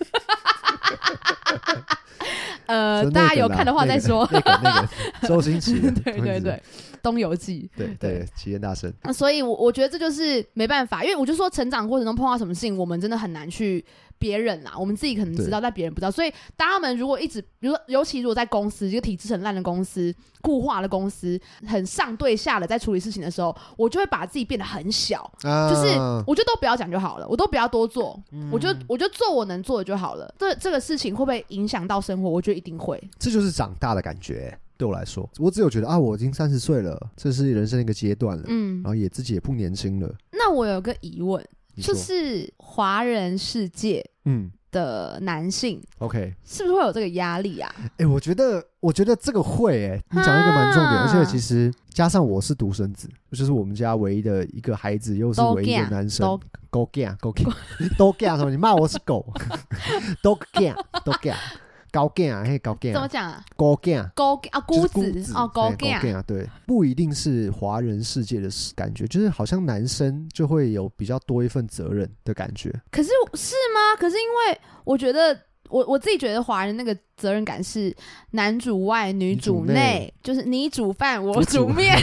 [SPEAKER 1] 呃，大家有看的话再说。
[SPEAKER 2] 那个那个周星驰，
[SPEAKER 1] 对对对，东游记，
[SPEAKER 2] 对对，齐天大圣。
[SPEAKER 1] 那所以我，我觉得这就是没办法，因为我就说成长过程中碰到什么事情，我们真的很难去别人啦，我们自己可能知道，但别人不知道。所以，大家们如果一直，比如说，尤其如果在公司，一个体制很烂的公司、固化的公司，很上对下的在处理事情的时候，我就会把自己变得很小，啊、就是我就都不要讲就好了，我都不要多做，嗯、我就我就做我能做的就好了。这这个事情会不会影响到生活？我觉得一定会。
[SPEAKER 2] 这就是长大的感觉。对我来说，我只有觉得啊，我已经三十岁了，这是人生的一个阶段了，嗯，然后也自己也不年轻了。
[SPEAKER 1] 那我有个疑问，就是华人世界，嗯。的男性
[SPEAKER 2] ，OK，
[SPEAKER 1] 是不是会有这个压力啊？
[SPEAKER 2] 哎、欸，我觉得，我觉得这个会、欸，哎，你讲一个蛮重点，而且其实加上我是独生子，就是我们家唯一的一个孩子，又是唯一的男生，狗 gay 狗 gay 都 gay 什么？你骂我是狗，都 gay 都 gay。高 gay 啊，嘿高 gay
[SPEAKER 1] 怎么讲啊？
[SPEAKER 2] 高 gay 啊，
[SPEAKER 1] 高啊孤子哦，高
[SPEAKER 2] gay 啊，对，不一定是华人世界的感觉，就是好像男生就会有比较多一份责任的感觉。
[SPEAKER 1] 可是是吗？可是因为我觉得。我我自己觉得华人那个责任感是男主外女主内，就是你煮饭我煮面。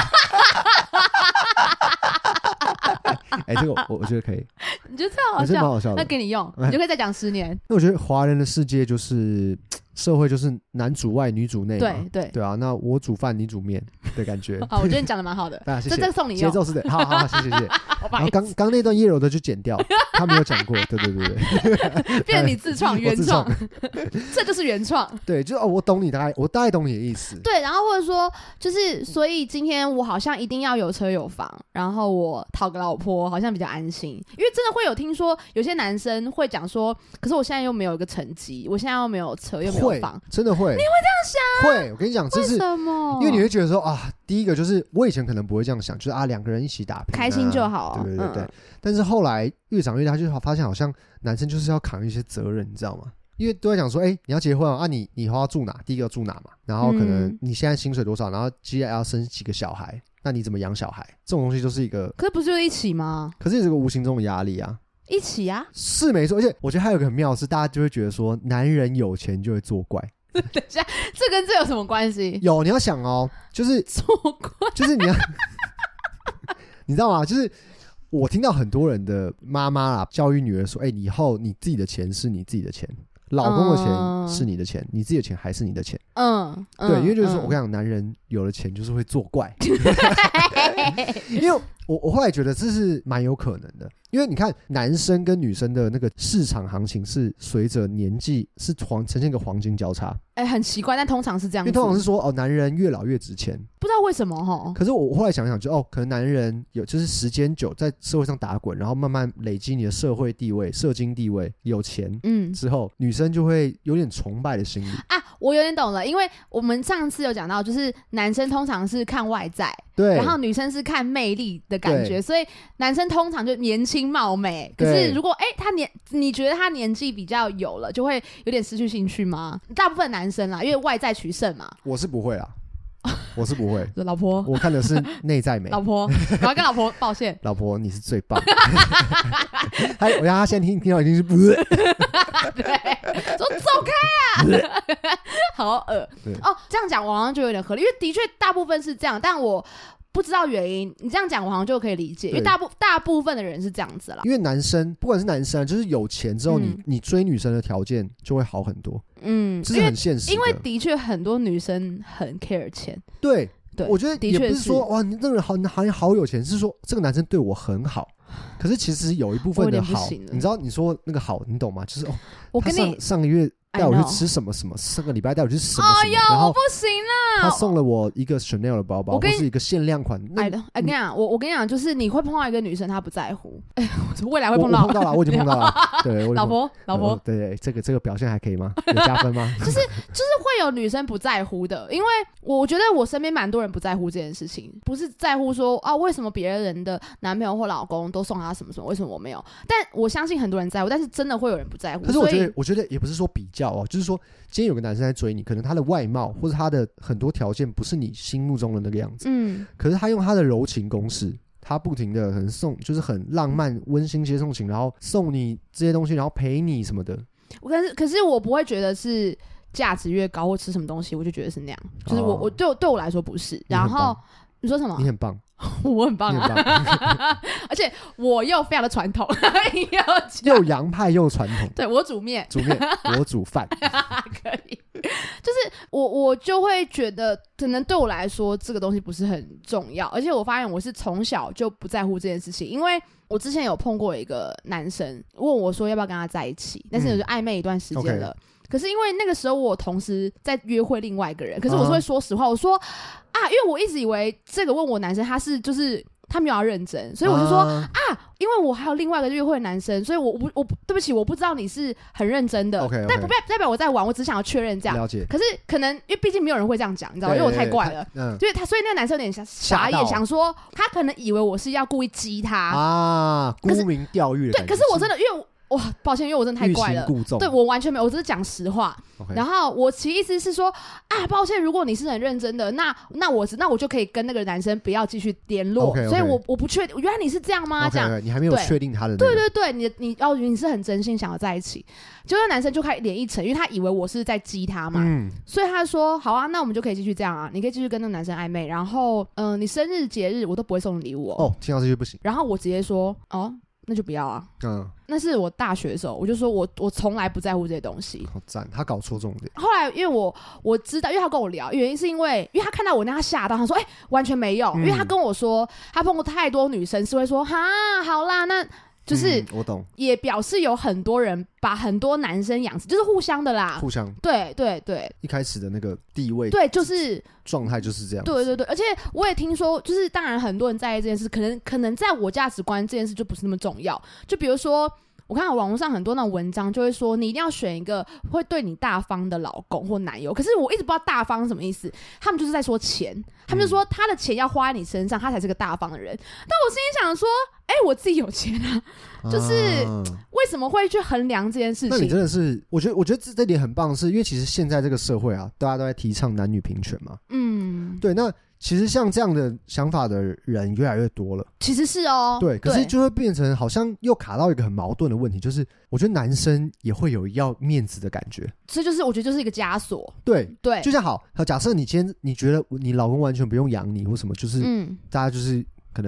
[SPEAKER 2] 哎、欸，这个 我, 我觉得可以，
[SPEAKER 1] 你觉得这样好笑？蛮好笑的，那给你用，你就可以再讲十年。
[SPEAKER 2] 那我觉得华人的世界就是社会，就是男主外女主内，
[SPEAKER 1] 对对
[SPEAKER 2] 对啊。那我煮饭，你煮面的感觉。
[SPEAKER 1] 好，我觉得你讲的蛮好的，
[SPEAKER 2] 啊，谢谢。
[SPEAKER 1] 这这个送你用，
[SPEAKER 2] 节奏是的，好好好，谢谢谢谢。然后刚刚那段叶柔的就剪掉，他没有讲过，对对对对，
[SPEAKER 1] 变成你自创原创，这就是原创。
[SPEAKER 2] 对，就哦，我懂你大概，我大概懂你的意思。
[SPEAKER 1] 对，然后或者说，就是所以今天我好像一定要有车有房，然后我讨个老婆好像比较安心，因为真的会有听说有些男生会讲说，可是我现在又没有一个成绩，我现在又没有车又没有房，
[SPEAKER 2] 真的会，
[SPEAKER 1] 你会这样
[SPEAKER 2] 想？会，我跟你讲，这是
[SPEAKER 1] 为什么？
[SPEAKER 2] 因为你会觉得说啊，第一个就是我以前可能不会这样想，就是啊两个人一起打拼、啊，
[SPEAKER 1] 开心就好、啊，
[SPEAKER 2] 对对对对。嗯、但是后来越长越大，就发现好像男生就是要扛一些责任，你知道吗？因为都在讲说，哎、欸，你要结婚啊，你你以后要住哪？第一个要住哪嘛？然后可能你现在薪水多少？然后接下来要生几个小孩？那你怎么养小孩？这种东西就是一个，
[SPEAKER 1] 可是不是就一起吗？
[SPEAKER 2] 可是也是个无形中的压力啊。
[SPEAKER 1] 一起啊，
[SPEAKER 2] 是没错。而且我觉得还有一个很妙的是，大家就会觉得说，男人有钱就会作怪。
[SPEAKER 1] 等一下，这跟这有什么关系？
[SPEAKER 2] 有，你要想哦，就是
[SPEAKER 1] 作怪，
[SPEAKER 2] 就是你要，你知道吗？就是我听到很多人的妈妈啦教育女儿说：“哎、欸，以后你自己的钱是你自己的钱，老公的钱是你的钱，嗯、你自己的钱还是你的钱。”嗯，对，因为就是说、嗯、我跟你讲，男人有了钱就是会作怪， 因为我我后来觉得这是蛮有可能的，因为你看男生跟女生的那个市场行情是随着年纪是黄呈现一个黄金交叉，
[SPEAKER 1] 哎、欸，很奇怪，但通常是这样子，
[SPEAKER 2] 因为通常是说哦，男人越老越值钱，
[SPEAKER 1] 不知道为什么齁。
[SPEAKER 2] 可是我后来想想就，哦，可能男人有就是时间久在社会上打滚，然后慢慢累积你的社会地位、社经地位，有钱，嗯，之后女生就会有点崇拜的心理
[SPEAKER 1] 啊。我有点懂了，因为我们上次有讲到，就是男生通常是看外在，
[SPEAKER 2] 对，
[SPEAKER 1] 然后女生是看魅力的感觉，所以男生通常就年轻貌美。可是如果哎、欸、他年你觉得他年纪比较有了，就会有点失去兴趣吗？大部分男生啦，因为外在取胜嘛。
[SPEAKER 2] 我是不会啦。我是不会，
[SPEAKER 1] 老婆，
[SPEAKER 2] 我看的是内在美。
[SPEAKER 1] 老婆，我要跟老婆抱歉。
[SPEAKER 2] 老婆，你是最棒。他，我让他现在听听到一定是不对，
[SPEAKER 1] 说走开啊，好恶哦。这样讲我好像就有点合理，因为的确大部分是这样，但我不知道原因。你这样讲我好像就可以理解，因为大部大部分的人是这样子啦。
[SPEAKER 2] 因为男生不管是男生，就是有钱之后你，你、嗯、你追女生的条件就会好很多。嗯，这是很现实的。
[SPEAKER 1] 因为的确很多女生很 care 钱。
[SPEAKER 2] 对
[SPEAKER 1] 对，
[SPEAKER 2] 我觉得也不是说哇，你这个人好好像好有钱，是说这个男生对我很好。可是其实有一部分的好，你知道你说那个好，你懂吗？就是哦，
[SPEAKER 1] 我跟你
[SPEAKER 2] 他上上个月带我去吃什么什么，上个礼拜带我去吃什么什么，哎、然后
[SPEAKER 1] 我不行了。
[SPEAKER 2] 他送了我一个 Chanel 的包包，或是一个限量款。
[SPEAKER 1] 哎，哎，跟你讲，我我跟你讲，就是你会碰到一个女生，她不在乎。哎，未来会碰到，
[SPEAKER 2] 我碰到了，我已经碰到了。对，
[SPEAKER 1] 老婆，老婆，
[SPEAKER 2] 呃、对, 对，这个这个表现还可以吗？有加分吗？
[SPEAKER 1] 就是就是会有女生不在乎的，因为我觉得我身边蛮多人不在乎这件事情，不是在乎说啊为什么别人的男朋友或老公都送他什么什么，为什么我没有？但我相信很多人在乎，但是真的会有人不在乎。
[SPEAKER 2] 可是我觉得，我觉得也不是说比较哦，就是说今天有个男生在追你，可能他的外貌或者他的很多条件不是你心目中的那个样子，嗯，可是他用他的柔情攻势，他不停的很送，就是很浪漫、温馨接送情，然后送你这些东西，然后陪你什么的。
[SPEAKER 1] 可是，可是我不会觉得是价值越高或吃什么东西，我就觉得是那样。就是我，哦、我对我对我来说不是。然后你说什么？
[SPEAKER 2] 你很棒。
[SPEAKER 1] 我很棒啊，棒而且我又非常的传统，
[SPEAKER 2] 又洋派又传统。
[SPEAKER 1] 对，我煮面，
[SPEAKER 2] 煮面，我煮饭，
[SPEAKER 1] 可以。就是我，我就会觉得，可能对我来说，这个东西不是很重要。而且我发现我是从小就不在乎这件事情，因为我之前有碰过一个男生问我说要不要跟他在一起，但是我就暧昧一段时间了。嗯 okay。可是因为那个时候我同时在约会另外一个人，可是我是会说实话，我说啊，因为我一直以为这个问我男生他是就是他没有要认真，所以我就说 啊, 啊，因为我还有另外一个约会的男生，所以我我我对不起，我不知道你是很认真的，
[SPEAKER 2] okay, okay.
[SPEAKER 1] 但不代表我在玩，我只想要确认这样。
[SPEAKER 2] 了解。
[SPEAKER 1] 可是可能因为毕竟没有人会这样讲，你知道吗？因为我太怪了，嗯，就是他，所以那个男生有点傻眼，想说他可能以为我是要故意激他
[SPEAKER 2] 啊，沽名钓誉的感觉。
[SPEAKER 1] 对，可是我真的因为我。哇，抱歉，因为我真的太怪了。对，我完全没有，我只是讲实话。Okay. 然后我其意思是说啊，抱歉，如果你是很认真的，那那我那我就可以跟那个男生不要继续联络。Okay, okay. 所以我我不确定，原来你是这样吗？
[SPEAKER 2] Okay,
[SPEAKER 1] 这样
[SPEAKER 2] okay, 你还没有确定他的、那
[SPEAKER 1] 個。对对对，你你哦，你是很真心想要在一起。结果那男生就开始脸一沉，因为他以为我是在激他嘛，嗯、所以他说好啊，那我们就可以继续这样啊，你可以继续跟那个男生暧昧，然后嗯、呃，你生日节日我都不会送你礼物哦。
[SPEAKER 2] 哦，听到这些不行。
[SPEAKER 1] 然后我直接说哦。那就不要啊，嗯，那是我大学的时候，我就说我我从来不在乎这些东西。
[SPEAKER 2] 好赞，他搞错重点。
[SPEAKER 1] 后来因为我我知道，因为他跟我聊，原因是因为因为他看到我那他吓到，他说哎、欸、完全没有、嗯，因为他跟我说他碰过太多女生是会说哈好啦那。就是，
[SPEAKER 2] 我懂，
[SPEAKER 1] 也表示有很多人把很多男生养成，就是互相的啦，
[SPEAKER 2] 互相，
[SPEAKER 1] 对对对，
[SPEAKER 2] 一开始的那个地位，
[SPEAKER 1] 对，就是
[SPEAKER 2] 状态就是这样，
[SPEAKER 1] 对对对，而且我也听说，就是当然很多人在意这件事，可能可能在我价值观这件事就不是那么重要，就比如说。我看到网络上很多那种文章就会说你一定要选一个会对你大方的老公或男友，可是我一直不知道大方是什么意思，他们就是在说钱，他们就说他的钱要花在你身上他才是个大方的人，但我心里想说哎、欸，我自己有钱啊，就是为什么会去衡量这件事情？
[SPEAKER 2] 那你真的是我觉得我觉得这这点很棒，是因为其实现在这个社会啊大家都在提倡男女平权嘛，嗯，对，那其实像这样的想法的人越来越多了，
[SPEAKER 1] 其实是哦，
[SPEAKER 2] 对，可是就会变成好像又卡到一个很矛盾的问题，就是我觉得男生也会有要面子的感觉，
[SPEAKER 1] 所以就是我觉得就是一个枷锁，
[SPEAKER 2] 对
[SPEAKER 1] 对，
[SPEAKER 2] 就像好，假设你今天你觉得你老公完全不用养你或什么，就是、嗯、大家就是可能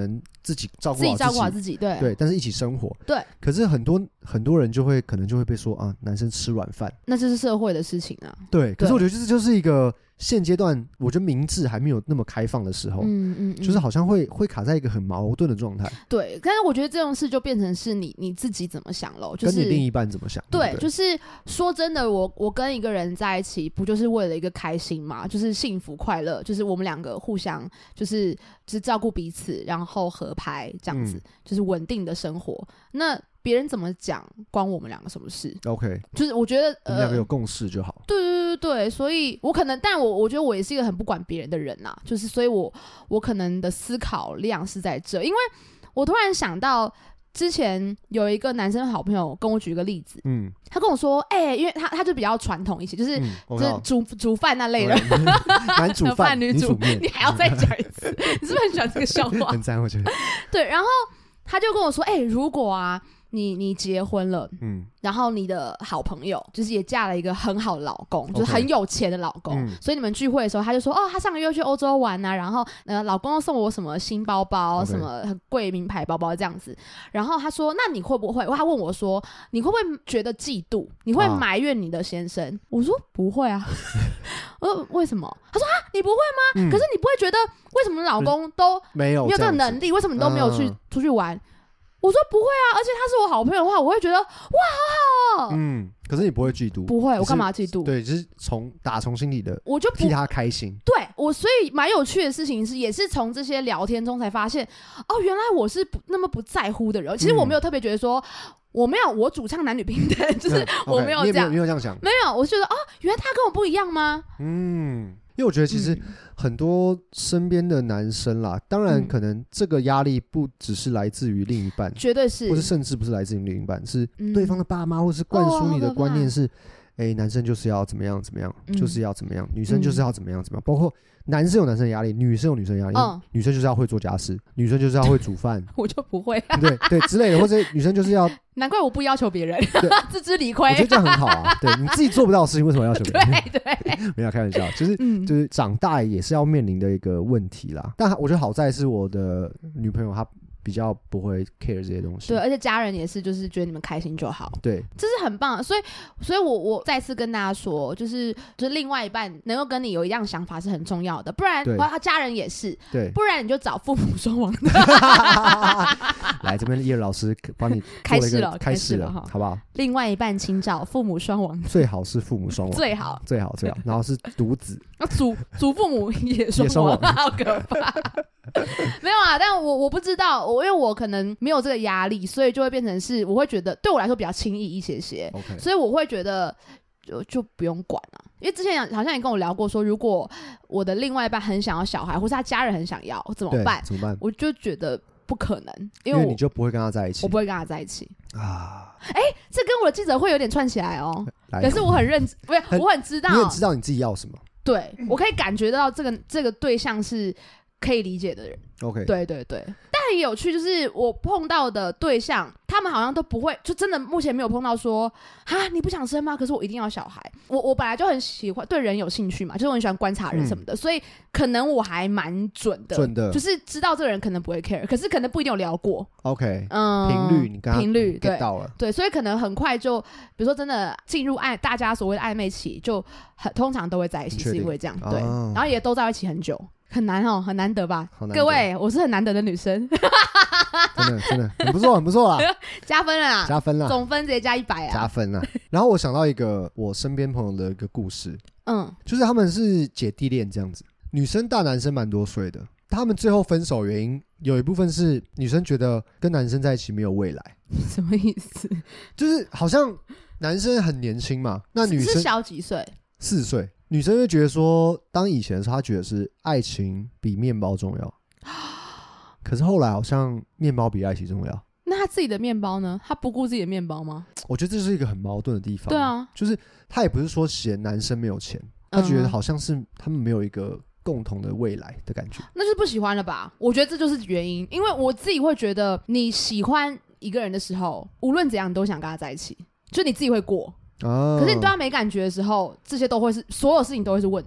[SPEAKER 2] 自己照顾好自己，
[SPEAKER 1] 自己照顾好自己，对
[SPEAKER 2] 对，但是一起生活，
[SPEAKER 1] 对。
[SPEAKER 2] 可是很多很多人就会可能就会被说啊，男生吃软饭，
[SPEAKER 1] 那这是社会的事情啊。
[SPEAKER 2] 对，可是我觉得这就是一个现阶段，我觉得明智还没有那么开放的时候，嗯嗯嗯，就是好像会会卡在一个很矛盾的状态。
[SPEAKER 1] 对，但是我觉得这种事就变成是你你自己怎么想咯，就是
[SPEAKER 2] 跟你另一半怎么想。
[SPEAKER 1] 对，
[SPEAKER 2] 对对，
[SPEAKER 1] 就是说真的，我我跟一个人在一起，不就是为了一个开心嘛？就是幸福快乐，就是我们两个互相就是就是照顾彼此，然后合拍这样子，嗯、就是稳定的生活。那别人怎么讲，关我们两个什么事
[SPEAKER 2] ？OK，
[SPEAKER 1] 就是我觉得
[SPEAKER 2] 呃，两个有共识就好。
[SPEAKER 1] 对对对对，所以我可能，但我我觉得我也是一个很不管别人的人呐、啊，就是所以我我可能的思考量是在这，因为我突然想到。之前有一个男生好朋友跟我举一个例子，嗯，他跟我说，哎、欸，因为他他就比较传统一些，就是、嗯、就是煮煮饭那类的，
[SPEAKER 2] 男煮饭
[SPEAKER 1] 女煮面，你还要再讲一次，你是不是很喜欢这个笑话？
[SPEAKER 2] 很赞，我觉得。
[SPEAKER 1] 对，然后他就跟我说，哎、欸，如果啊。你你结婚了，嗯，然后你的好朋友就是也嫁了一个很好的老公， okay. 就是很有钱的老公、嗯，所以你们聚会的时候，他就说，哦，他上个月去欧洲玩啊，然后呃，老公又送我什么新包包， okay. 什么很贵名牌包包这样子，然后他说，那你会不会？他问我说，你会不会觉得嫉妒？你会埋怨你的先生？啊、我说不会啊，我说为什么？他说啊，你不会吗？嗯、可是你不会觉得为什么老公都没有没有这个能力？为什么你都没有去、嗯、出去玩？我说不会啊，而且他是我好朋友的话，我会觉得哇，好好。
[SPEAKER 2] 嗯，可是你不会嫉妒，
[SPEAKER 1] 不会，我干嘛嫉妒？
[SPEAKER 2] 对，就是从打从心里的，
[SPEAKER 1] 我就
[SPEAKER 2] 替他开心。
[SPEAKER 1] 对我，所以蛮有趣的事情是，也是从这些聊天中才发现，哦，原来我是不那么不在乎的人。其实我没有特别觉得说。嗯我没有，我主唱男女平等，就是我没有这样，
[SPEAKER 2] 嗯 okay, 你也没有这样想，
[SPEAKER 1] 没有，我就觉得哦，原来他跟我不一样吗？
[SPEAKER 2] 嗯，因为我觉得其实很多身边的男生啦，当然可能这个压力不只是来自于另一半，
[SPEAKER 1] 绝对是，
[SPEAKER 2] 或是甚至不是来自于另一半，是对方的爸妈，或是灌输你的观念是，哎、欸，男生就是要怎么样怎么样，嗯、就是要怎么样，女生就是要怎么样怎么样，包括。男生有男生的压力，女生有女生的压力、嗯。女生就是要会做家事，女生就是要会煮饭。
[SPEAKER 1] 我就不会、啊。
[SPEAKER 2] 对对之类的，或者女生就是要。
[SPEAKER 1] 难怪我不要求别人，自知理亏。
[SPEAKER 2] 我觉得这样很好啊，对你自己做不到的事情，为什么要求别人？
[SPEAKER 1] 对对，
[SPEAKER 2] 没有开玩笑，就是、嗯、就是长大也是要面临的一个问题啦。但我觉得好在是我的女朋友她。比较不会 care 这些东西，
[SPEAKER 1] 对，而且家人也是，就是觉得你们开心就好，
[SPEAKER 2] 对，
[SPEAKER 1] 这是很棒的。所以，所以我我再次跟大家说，就是就是另外一半能够跟你有一样想法是很重要的，不然他家人也是，
[SPEAKER 2] 对，
[SPEAKER 1] 不然你就找父母双亡的。
[SPEAKER 2] 来这边叶老师帮你
[SPEAKER 1] 开始了，
[SPEAKER 2] 开始了，好不好？
[SPEAKER 1] 另外一半请找父母双亡，
[SPEAKER 2] 最好是父母双亡，
[SPEAKER 1] 最好
[SPEAKER 2] 最好最好，然后是独子，
[SPEAKER 1] 祖祖父母也双亡，好可怕。没有啊，但我我不知道，我因为我可能没有这个压力，所以就会变成是，我会觉得对我来说比较轻易一些些，
[SPEAKER 2] okay.
[SPEAKER 1] 所以我会觉得就就不用管了、啊。因为之前好像也跟我聊过说，如果我的另外一半很想要小孩，或是他家人很想要，怎么办？
[SPEAKER 2] 怎么办？
[SPEAKER 1] 我就觉得不可能，因
[SPEAKER 2] 为, 因为你就不会跟他在一起，
[SPEAKER 1] 我不会跟他在一起啊。哎、欸，这跟我的记者会有点串起来哦。可是我很认，不是我很知道，
[SPEAKER 2] 你很知道你自己要什么。
[SPEAKER 1] 对，我可以感觉到这个这个对象是可以理解的人。
[SPEAKER 2] OK，
[SPEAKER 1] 对对对，但很有趣，就是我碰到的对象，他们好像都不会，就真的目前没有碰到说，哈，你不想生吗？可是我一定要小孩。我我本来就很喜欢对人有兴趣嘛，就是我很喜欢观察人什么的，嗯、所以可能我还蛮准的，
[SPEAKER 2] 准的，
[SPEAKER 1] 就是知道这个人可能不会 care， 可是可能不一定有聊过。
[SPEAKER 2] OK， 嗯，频率你刚刚
[SPEAKER 1] 频率对
[SPEAKER 2] 到了，
[SPEAKER 1] 对，所以可能很快就，比如说真的进入暧大家所谓的暧昧期，就很通常都会在一起，是因为这样，对、哦，然后也都在一起很久。很难哦，很难得吧？各位，我是很难得的女生，
[SPEAKER 2] 真的真的很不错，很不错啦，
[SPEAKER 1] 加分了啦，
[SPEAKER 2] 加分了，
[SPEAKER 1] 总分直接加一百啊，
[SPEAKER 2] 加分了。然后我想到一个我身边朋友的一个故事，嗯，就是他们是姐弟恋这样子，女生大男生蛮多岁的，他们最后分手原因有一部分是女生觉得跟男生在一起没有未来，
[SPEAKER 1] 什么意思？
[SPEAKER 2] 就是好像男生很年轻嘛，那女生
[SPEAKER 1] 是小几岁？
[SPEAKER 2] 四岁。女生会觉得说，当以前的时候，她觉得是爱情比面包重要，可是后来好像面包比爱情重要。
[SPEAKER 1] 那她自己的面包呢？她不顾自己的面包吗？
[SPEAKER 2] 我觉得这是一个很矛盾的地方。
[SPEAKER 1] 对啊，
[SPEAKER 2] 就是她也不是说嫌男生没有钱，她觉得好像是他们没有一个共同的未来的感觉。
[SPEAKER 1] 那就是不喜欢了吧？我觉得这就是原因，因为我自己会觉得，你喜欢一个人的时候，无论怎样你都想跟他在一起，就你自己会过。哦、可是你对他没感觉的时候，这些都会是所有事情都会是问题。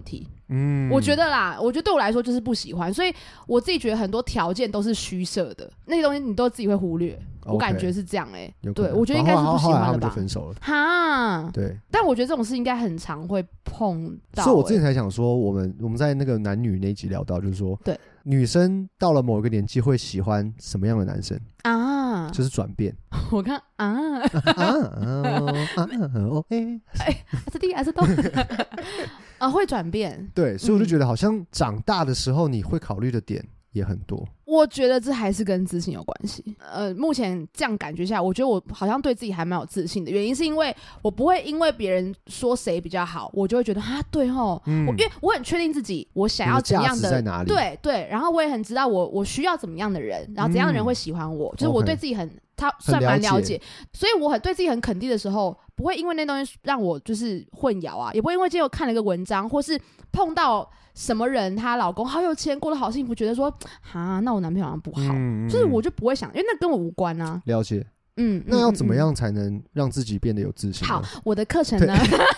[SPEAKER 1] 嗯，我觉得啦，我觉得对我来说就是不喜欢，所以我自己觉得很多条件都是虚设的，那些东西你都自己会忽略。Okay, 我感觉是这样哎、欸，对，我觉得应该是不喜欢的吧。后来他们
[SPEAKER 2] 就分手了。
[SPEAKER 1] 哈，
[SPEAKER 2] 对。
[SPEAKER 1] 但我觉得这种事应该很常会碰到、欸。
[SPEAKER 2] 所以我之前才想说，我们我们在那个男女那一集聊到，就是说，
[SPEAKER 1] 对，
[SPEAKER 2] 女生到了某一个年纪会喜欢什么样的男生
[SPEAKER 1] 啊？
[SPEAKER 2] 就是转变。
[SPEAKER 1] 我看啊啊啊哦哎，哎，是弟还是东啊？会转变。
[SPEAKER 2] 对，所以我就觉得好像长大的时候你会考虑的点也很多。
[SPEAKER 1] 我觉得这还是跟自信有关系。呃，目前这样感觉下来，我觉得我好像对自己还蛮有自信的。原因是因为我不会因为别人说谁比较好，我就会觉得啊，对齁、嗯，我因为我很确定自己我想要怎样的，
[SPEAKER 2] 在哪里？
[SPEAKER 1] 对对，然后我也很知道我我需要怎么样的人，然后怎样的人会喜欢我，嗯、就是我对自己很。Okay. 他算蛮了解，所以我很对自己很肯定的时候，不会因为那东西让我就是混淆啊，也不会因为今天我看了一个文章，或是碰到什么人，她老公好有钱，过得好幸福，觉得说啊，那我男朋友好像不好，嗯、就是我就不会想，因为那跟我无关啊。
[SPEAKER 2] 了解，嗯，那要怎么样才能让自己变得有自信？
[SPEAKER 1] 好，我的课程呢，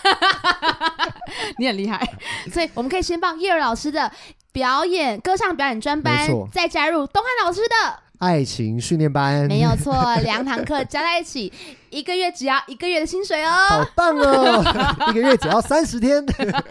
[SPEAKER 1] 你很厉害，所以我们可以先报叶儿老师的表演歌唱表演专班，再加入东汉老师的。
[SPEAKER 2] 爱情训练班
[SPEAKER 1] 没有错，两堂课加在一起，一个月只要一个月的薪水哦，
[SPEAKER 2] 好棒哦！一个月只要三十天，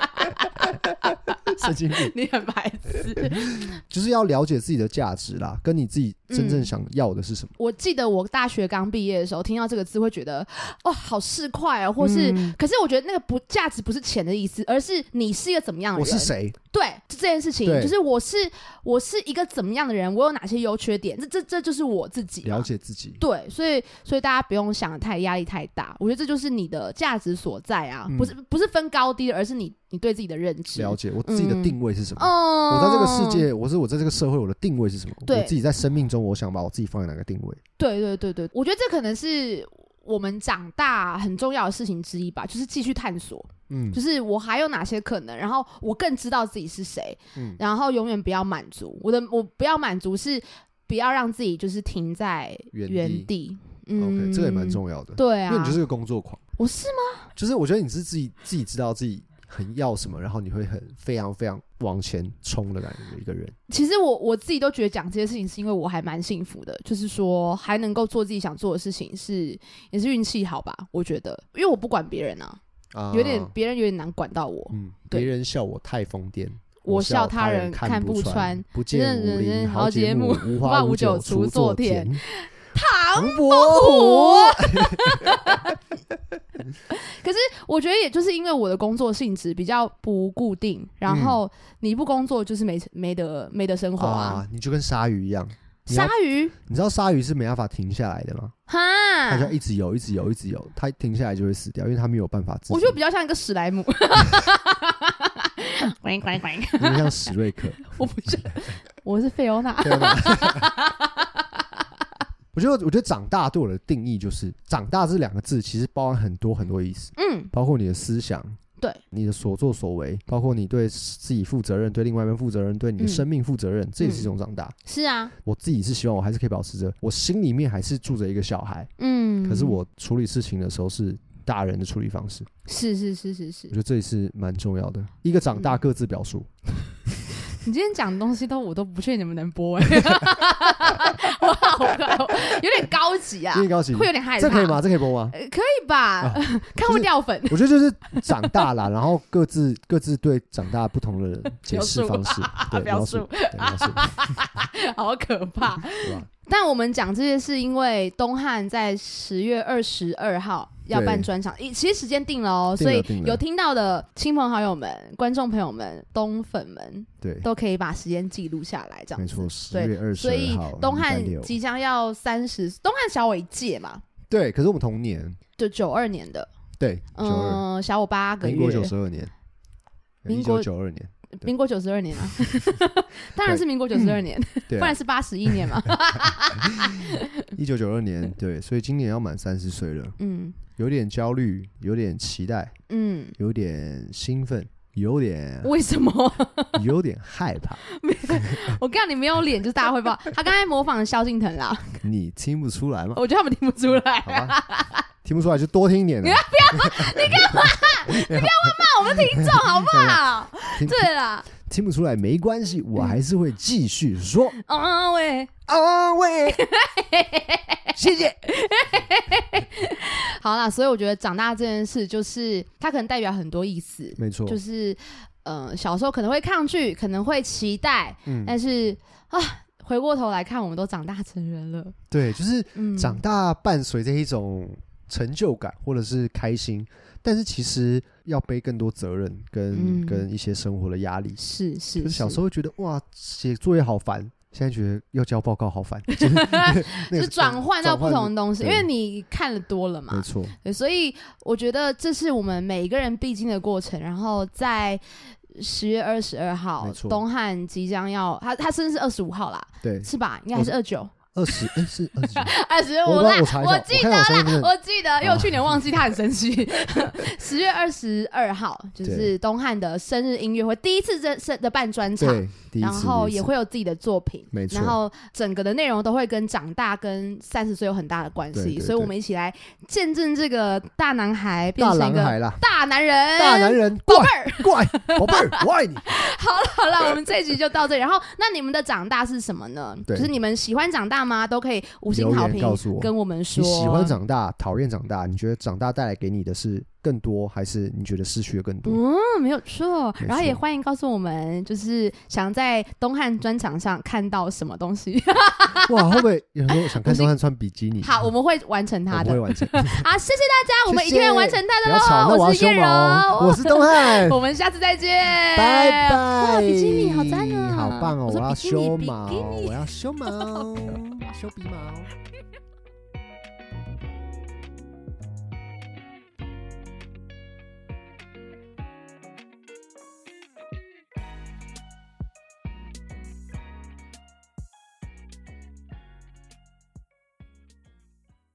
[SPEAKER 2] 神经病，
[SPEAKER 1] 你很白痴。
[SPEAKER 2] 就是要了解自己的价值啦，跟你自己真正想要的是什么。嗯、
[SPEAKER 1] 我记得我大学刚毕业的时候，听到这个字会觉得哦，好市侩哦，或是、嗯，可是我觉得那个不价值不是钱的意思，而是你是一个怎么样的人，
[SPEAKER 2] 我是谁？
[SPEAKER 1] 对，这件事情就是我是我是一个怎么样的人，我有哪些优缺点，这这这就是我自己
[SPEAKER 2] 了解自己。
[SPEAKER 1] 对，所以所以大家不用想得太压力太大，我觉得这就是你的价值所在啊，嗯、不是不是分高低，而是你你对自己的认知，
[SPEAKER 2] 了解我自己的定位是什么。嗯、我在这个世界，我是我在这个社会，我的定位是什么？我自己在生命中，我想把我自己放在哪个定位？
[SPEAKER 1] 对对对对，我觉得这可能是我们长大很重要的事情之一吧，就是继续探索。嗯，就是我还有哪些可能，然后我更知道自己是谁，嗯，然后永远不要满足。我的我不要满足是不要让自己就是停在原地。原地
[SPEAKER 2] 嗯 OK， 这个也蛮重要的。
[SPEAKER 1] 对啊，
[SPEAKER 2] 因为你就是个工作狂。
[SPEAKER 1] 我是吗？
[SPEAKER 2] 就是我觉得你是自己自己知道自己很要什么，然后你会很非常非常往前冲的感觉的一个人。
[SPEAKER 1] 其实我我自己都觉得讲这些事情是因为我还蛮幸福的，就是说还能够做自己想做的事情是也是运气好吧，我觉得，因为我不管别人啊。啊、有点别人有点难管到我，
[SPEAKER 2] 嗯，别人笑我太疯癫，
[SPEAKER 1] 我笑他人看不穿，
[SPEAKER 2] 不见五陵好节目，无
[SPEAKER 1] 花
[SPEAKER 2] 无酒锄作田，
[SPEAKER 1] 唐伯虎。可是我觉得也就是因为我的工作性质比较不固定，然后你不工作就是没没得没得生活 啊,
[SPEAKER 2] 啊，你就跟鲨鱼一样。
[SPEAKER 1] 鲨鱼，
[SPEAKER 2] 你知道鲨鱼是没办法停下来的吗？哈，它就一直游，一直游，一直游，它停下来就会死掉，因为它没有办法自己。
[SPEAKER 1] 我觉得比较像一个史莱姆，乖乖乖，
[SPEAKER 2] 有点像史瑞克。
[SPEAKER 1] 我不是，我是费欧娜。
[SPEAKER 2] 我觉得，我觉得长大对我的定义就是“长大”这两个字，其实包含很多很多意思。嗯，包括你的思想。
[SPEAKER 1] 对
[SPEAKER 2] 你的所作所为，包括你对自己负责任，对另外一边负责任，对你的生命负责任，嗯、这也是一种长大。
[SPEAKER 1] 是啊，我
[SPEAKER 2] 自己是希望我还是可以保持着，我心里面还是住着一个小孩，嗯，可是我处理事情的时候是大人的处理方式。
[SPEAKER 1] 是是是是是，
[SPEAKER 2] 我觉得这也是蛮重要的。一个长大各自表述。嗯
[SPEAKER 1] 你今天讲的东西都我都不确定你们能播哎、欸，我好有点高级啊，有
[SPEAKER 2] 点高级，
[SPEAKER 1] 会有点害怕。
[SPEAKER 2] 这可以吗？这可以播吗？
[SPEAKER 1] 呃、可以吧？啊、看会掉粉、
[SPEAKER 2] 就是。我觉得就是长大啦，然后各自各自对长大不同的解释方式，对
[SPEAKER 1] 描述，描述，好可怕。但我们讲这些是因为东汉在十月二十二号要办专场，其实时间定了哦，所以有听到的亲朋好友们、观众朋友们、东粉们，对，都可以把时间记录下来，这样子。
[SPEAKER 2] 没错，十月二十二号，所以
[SPEAKER 1] 东汉即将要三十，东汉小我一届嘛。
[SPEAKER 2] 对，可是我们同年，
[SPEAKER 1] 就九二年的，
[SPEAKER 2] 对，
[SPEAKER 1] 嗯，小我八个月，
[SPEAKER 2] 民国九十二年，民国九二年。
[SPEAKER 1] 民国九十二年啊，当然是民国九十二年，不然是八十一年嘛。
[SPEAKER 2] 一九九二年，对，所以今年要满三十岁了，嗯，有点焦虑，有点期待，嗯，有点兴奋，有点
[SPEAKER 1] 为什么？
[SPEAKER 2] 有点害怕。
[SPEAKER 1] 我跟你没有脸，就是大家会不知道。他刚才模仿萧敬腾啦，
[SPEAKER 2] 你听不出来吗？
[SPEAKER 1] 我觉得他们听不出来。
[SPEAKER 2] 好吧， 听不出来就多听一点了。
[SPEAKER 1] 你不要，你干嘛？你不要骂我们听众好不好？对啦，
[SPEAKER 2] 听不出来没关系，我还是会继续说。
[SPEAKER 1] 啊喂
[SPEAKER 2] 啊喂，谢谢。
[SPEAKER 1] 好啦，所以我觉得长大这件事，就是它可能代表很多意思。
[SPEAKER 2] 没错，
[SPEAKER 1] 就是呃，小时候可能会抗拒，可能会期待，嗯、但是啊。回过头来看，我们都长大成人了。
[SPEAKER 2] 对，就是长大伴随着一种成就感或者是开心，但是其实要背更多责任跟、嗯、跟一些生活的压力。
[SPEAKER 1] 是是，
[SPEAKER 2] 就是小时候会觉得哇，写作业好烦，现在觉得要交报告好烦，就是、那
[SPEAKER 1] 是转换到不同的东西，因为你看了多了嘛。
[SPEAKER 2] 没错，
[SPEAKER 1] 所以我觉得这是我们每一个人必经的过程。然后在十月二十二号，东汉即将要他他生日是二十五号啦，
[SPEAKER 2] 对，
[SPEAKER 1] 是吧？应该还是二九。
[SPEAKER 2] 二十哎是二十
[SPEAKER 1] 二十五啦，
[SPEAKER 2] 我
[SPEAKER 1] 我记得啦，我记得，因为我去年忘记，他很生气。十月二十二号就是东汉的生日音乐会，第一次的的办专场，然后也会有自己的作品，
[SPEAKER 2] 没错。
[SPEAKER 1] 然后整个的内容都会跟长大跟三十岁有很大的关系，对对对，所以我们一起来见证这个大男孩变成一个大男人，
[SPEAKER 2] 大男人，
[SPEAKER 1] 宝贝儿，
[SPEAKER 2] 怪宝贝儿，我爱你。
[SPEAKER 1] 好了好了，我们这一集就到这里。然后，那你们的长大是什么呢？就是你们喜欢长大吗？都可以五星好评
[SPEAKER 2] 告诉我，
[SPEAKER 1] 跟我们说。
[SPEAKER 2] 你喜欢长大，讨厌长大？你觉得长大带来给你的是更多，还是你觉得失去的更多？
[SPEAKER 1] 嗯，没有错。然后也欢迎告诉我们，就是想在东汉专场上看到什么东西。
[SPEAKER 2] 哇，会不会有人说想看东汉穿比基尼？
[SPEAKER 1] 好，我们会完成它的，
[SPEAKER 2] 我们会完成。
[SPEAKER 1] 好，谢谢大家，我们一定会完成它的
[SPEAKER 2] 喽。我是叶柔，我是东汉，
[SPEAKER 1] 我们下次再见，
[SPEAKER 2] 拜拜。
[SPEAKER 1] 哇，比基尼好赞啊，
[SPEAKER 2] 好棒哦！我要修
[SPEAKER 1] 毛，
[SPEAKER 2] 我要修毛，修鼻毛。